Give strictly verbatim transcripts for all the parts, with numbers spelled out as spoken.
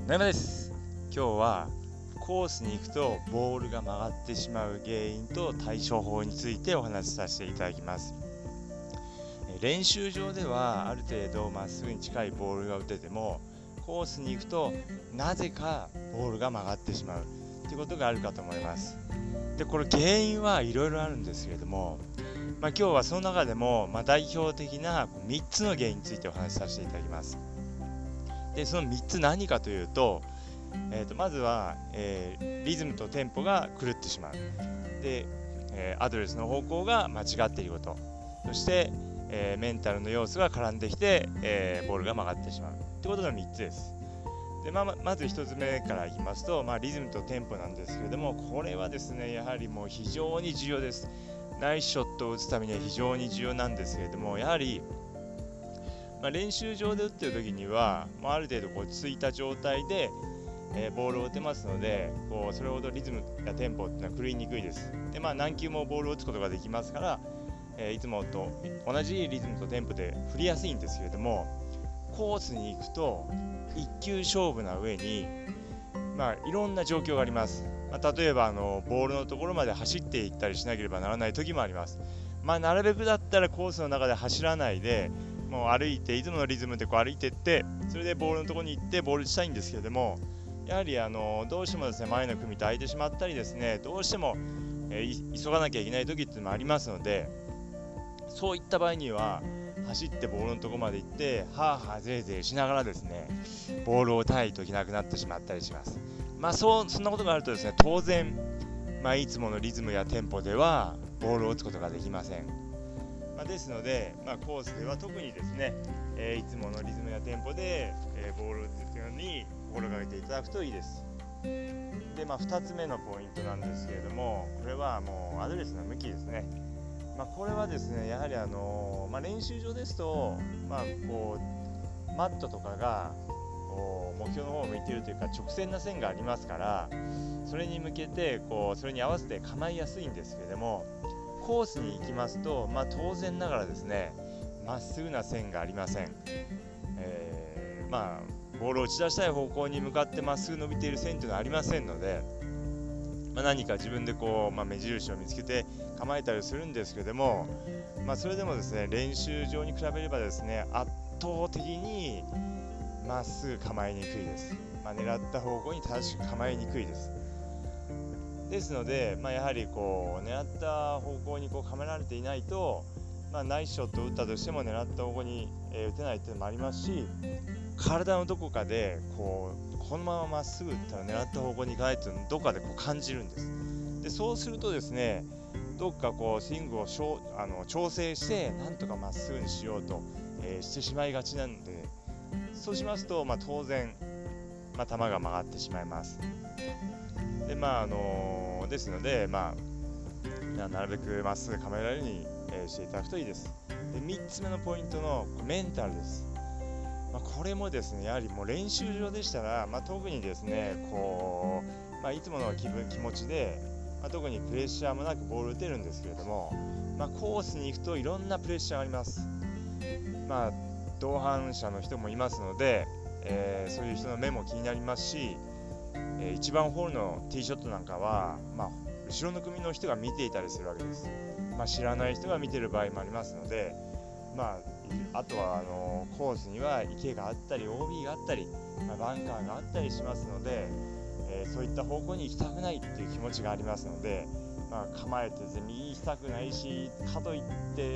中です。今日はコースに行くとボールが曲がってしまう原因と対処法についてお話しさせていただきます。練習場ではある程度まっすぐに近いボールが打てても、コースに行くとなぜかボールが曲がってしまうということがあるかと思います。でこれ原因はいろいろあるんですけれども、まあ、今日はその中でもまあ代表的なみっつの原因についてお話しさせていただきます。でそのみっつ何かというと、えー、とまずは、えー、リズムとテンポが狂ってしまう。で、えー、アドレスの方向が間違っていること。そして、えー、メンタルの要素が絡んできて、えー、ボールが曲がってしまうということがみっつです。で ま, まずひとつめからいきますと、まあ、リズムとテンポなんですけれども、これはですねやはりもう非常に重要です。ナイスショットを打つためには非常に重要なんですけれども、やはりまあ、練習場で打っている時には、まあ、ある程度こう落ち着いた状態で、えー、ボールを打てますので、こうそれほどリズムやテンポっていうのは狂いにくいです。で、まあ、何球もボールを打つことができますから、えー、いつもと同じリズムとテンポで振りやすいんですけれども、コースに行くと一球勝負な上に、まあ、いろんな状況があります。まあ、例えばあのボールのところまで走っていったりしなければならない時もあります。まあ、なるべくだったらコースの中で走らないで、もう歩いていつものリズムでこう歩いていって、それでボールのところに行ってボール打ちたいんですけれども、やはりあのどうしてもですね前の組と空いてしまったりですね、どうしても、えー、急がなきゃいけない時っていうのもありますので、そういった場合には走ってボールのところまで行ってはーはーぜいぜいしながらですねボールを打たないといけなくなってしまったりします。まあそうそんなことがあるとですね、当然、まあ、いつものリズムやテンポではボールを打つことができません。まあ、ですので、まあ、コースでは特にですね、えー、いつものリズムやテンポで、えー、ボールを打つように心がけていただくといいです。で、まあ、ふたつめのポイントなんですけれども、これはもうアドレスの向きですね。まあ、これはですねやはり、あのーまあ、練習場ですと、まあ、こうマットとかがこう目標の方を向いているというか直線な線がありますから、それに向けてこうそれに合わせて構いやすいんですけれども、コースに行きますと、まあ、当然ながらですねまっすぐな線がありません。えー、まあボールを打ち出したい方向に向かってまっすぐ伸びている線というのはありませんので、まあ、何か自分でこう、まあ、目印を見つけて構えたりするんですけれども、まあ、それでもですね練習場に比べればですね圧倒的にまっすぐ構えにくいです。まあ、狙った方向に正しく構えにくいです。ですので、まあ、やはりこう狙った方向にこう構えられていないと、まあ、ナイスショットを打ったとしても狙った方向に、えー、打てないというのもありますし、体のどこかでこうこのまままっすぐ打ったら狙った方向に行かないというのをどこかでこう感じるんです。でそうするとですねどっかこうスイングをしょあの調整してなんとかまっすぐにしようと、えー、してしまいがちなんで、そうしますと、まあ、当然、まあ、球が曲がってしまいます。でまああのー、ですので、まあ、なるべくまっすぐ構えられるように、えー、していただくといいです。でみっつめのポイントのメンタルです。まあ、これもですねやはりもう練習場でしたら、まあ、特にですねこう、まあ、いつもの気分気持ちで、まあ、特にプレッシャーもなくボール打てるんですけれども、まあ、コースに行くといろんなプレッシャーがあります。まあ同伴者の人もいますので、えー、そういう人の目も気になりますし、えー、いちばんホールのティーショットなんかは、まあ、後ろの組の人が見ていたりするわけです。まあ、知らない人が見ている場合もありますので、まあ、あとはあのコースには池があったり オービー があったり、まあ、バンカーがあったりしますので、えー、そういった方向に行きたくないっていう気持ちがありますので、まあ、構えて右行きたくないし、かといって、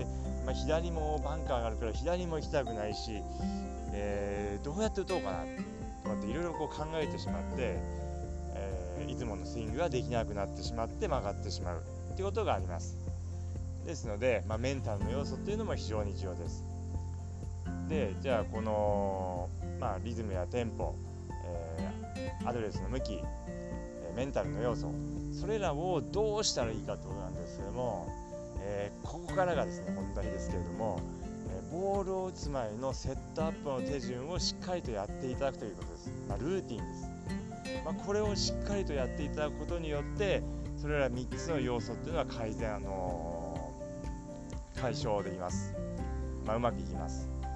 まあ、左もバンカーがあるから左も行きたくないし、えー、どうやって打とうかなとかっていろいろこう考えてしまって、えー、いつものスイングができなくなってしまって曲がってしまうということがあります。ですので、まあ、メンタルの要素っていうのも非常に重要です。でじゃあこの、まあ、リズムやテンポ、えー、アドレスの向き、えー、メンタルの要素、それらをどうしたらいいかということなんですけども、えー、ここからがですね本題ですけれども、えー、ボールを打つ前のセットアップの手順をしっかりとやっていただくということです。まあ、ルーティンです。まあ、これをしっかりとやっていただくことによってそれらみっつの要素っていうのは改善、あのー、解消できます。まあ、うまくいきます。で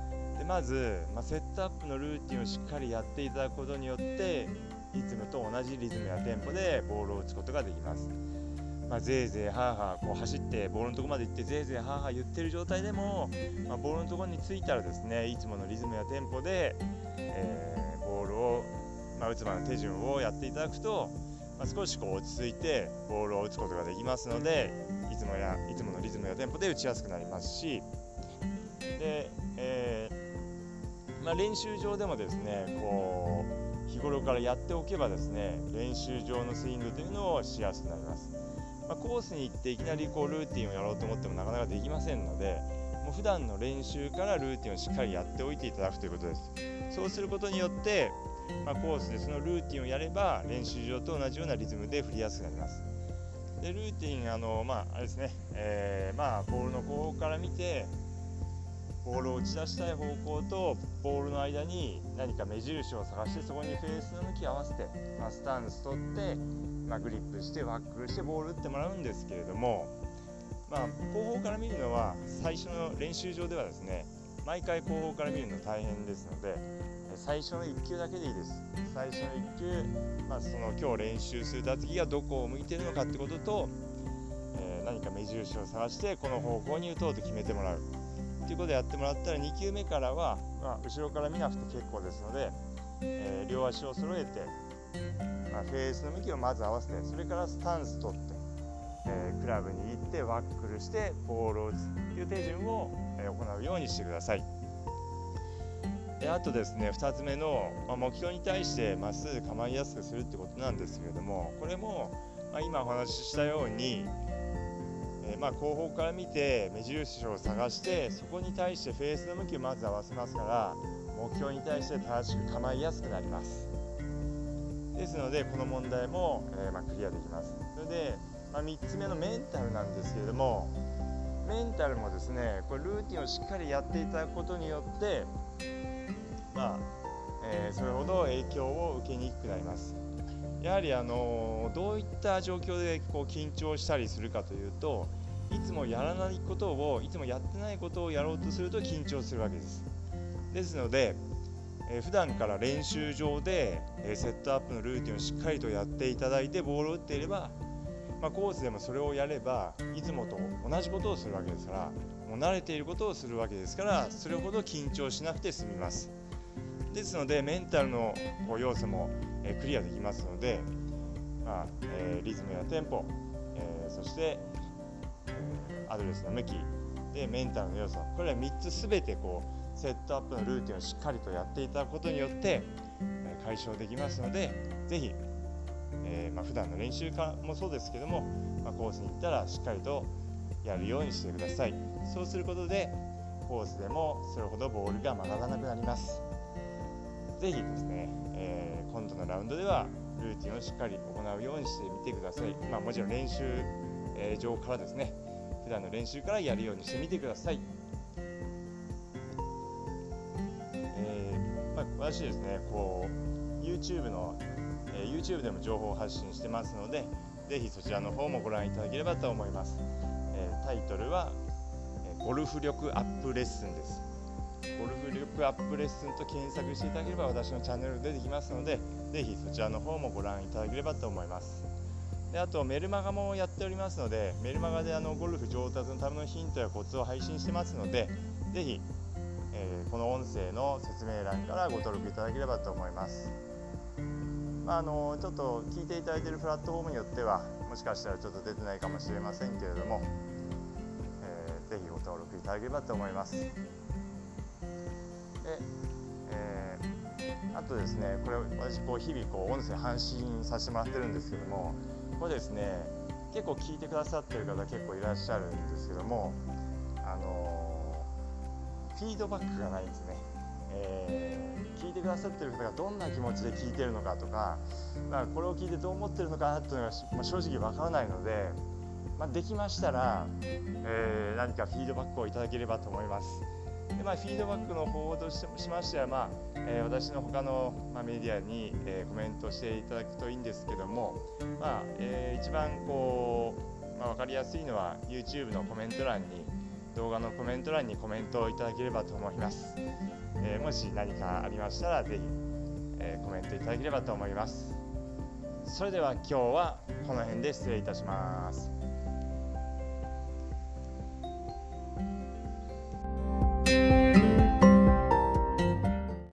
でまず、まあ、セットアップのルーティンをしっかりやっていただくことによっていつもと同じリズムやテンポでボールを打つことができます。まあ、ぜいぜいハーハーこう走ってボールのところまで行ってぜいぜいハーハー言ってる状態でも、まあ、ボールのところに着いたらですね、いつものリズムやテンポで、えー、ボールを、まあ、打つまでの手順をやっていただくと、まあ、少しこう落ち着いてボールを打つことができますので、いつもやいつものリズムやテンポで打ちやすくなりますし、で、えーまあ、練習場でもですね、こう日頃からやっておけばですね、練習場のスイングというのをしやすくなります。まあ、コースに行っていきなりこうルーティンをやろうと思ってもなかなかできませんので、もう普段の練習からルーティンをしっかりやっておいていただくということです。そうすることによって、まあ、コースでそのルーティンをやれば練習場と同じようなリズムで振りやすくなります。でルーティンあの、まあ、あれですね、えーまあ、ボールの後方から見てボールを打ち出したい方向とボールの間に何か目印を探して、そこにフェースの向きを合わせて、まあ、スタンス取って、まあ、グリップしてワックルしてボール打ってもらうんですけれども、まあ、後方から見るのは最初の練習場ではですね、毎回後方から見るの大変ですので、最初のいっ球だけでいいです。最初のいっ球、まあ、その今日練習する打席がどこを向いているのかってことと、えー、何か目印を探してこの方向に打とうと決めてもらうということでやってもらったら、に球目からは、まあ、後ろから見なくて結構ですので、えー、両足を揃えて、まあ、フェースの向きをまず合わせて、それからスタンス取って、えー、クラブに行ってワックルしてボールを打つという手順を、えー、行うようにしてください。であとですね、ふたつめの、まあ、目標に対してまっすぐ構いやすくするってことなんですけれども、これも、まあ、今お話ししたように、えー、まあ後方から見て目印を探して、そこに対してフェースの向きをまず合わせますから、目標に対して正しく構いやすくなります。ですのでこの問題も、えー、まあクリアできます。それで、まあ、みっつめのメンタルなんですけれども、メンタルもですね、これルーティンをしっかりやっていただくことによってまあえー、それほど影響を受けにくくなります。やはり、あのー、どういった状況でこう緊張したりするかというと、いつもやらないことをいつもやってないことをやろうとすると緊張するわけです。ですので、えー、普段から練習場で、えー、セットアップのルーティンをしっかりとやっていただいてボールを打っていれば、まあ、コースでもそれをやればいつもと同じことをするわけですから、もう慣れていることをするわけですから、それほど緊張しなくて済みます。ですのでメンタルのこう要素も、えー、クリアできますので、まあえー、リズムやテンポ、えー、そして、えー、アドレスの向きでメンタルの要素、これらみっつすべてこうセットアップのルーティンをしっかりとやっていただくことによって、えー、解消できますので、ぜひ、えーまあ、普段の練習もそうですけども、まあ、コースに行ったらしっかりとやるようにしてください。そうすることでコースでもそれほどボールが曲がらなくなります。ぜひですね、えー、今度のラウンドではルーティンをしっかり行うようにしてみてください。まあ、もちろん練習、えー、場からですね、普段の練習からやるようにしてみてください。えーまあ、私ですね、こう YouTube の、えー、YouTube でも情報を発信してますので、ぜひそちらの方もご覧いただければと思います。えー、タイトルは、えー、ゴルフ力アップレッスンです。ゴルフ力アップレッスンと検索していただければ私のチャンネル出てきますので、ぜひそちらの方もご覧いただければと思います。であとメルマガもやっておりますので、メルマガであのゴルフ上達のためのヒントやコツを配信してますので、ぜひ、えー、この音声の説明欄からご登録いただければと思います。まあ、あのちょっと聞いていただいているプラットフォームによってはもしかしたらちょっと出てないかもしれませんけれども、えー、ぜひご登録いただければと思います。でえー、あとですね、これ私こう日々こう音声配信させてもらってるんですけども、これですね、結構聞いてくださってる方結構いらっしゃるんですけども、あのー、フィードバックがないんですね。えー、聞いてくださってる方がどんな気持ちで聞いてるのかとか、まあ、これを聞いてどう思ってるのかなというのが、まあ、正直わからないので、まあ、できましたら、えー、何かフィードバックをいただければと思います。でまあ、フィードバックの方としましては、まあえー、私の他の、まあ、メディアに、えー、コメントしていただくといいんですけども、まあえー、一番こう、まあ、分かりやすいのは YouTube のコメント欄に、 動画のコメント欄にコメントをいただければと思います。えー、もし何かありましたらぜひ、えー、コメントいただければと思います。それでは今日はこの辺で失礼いたします。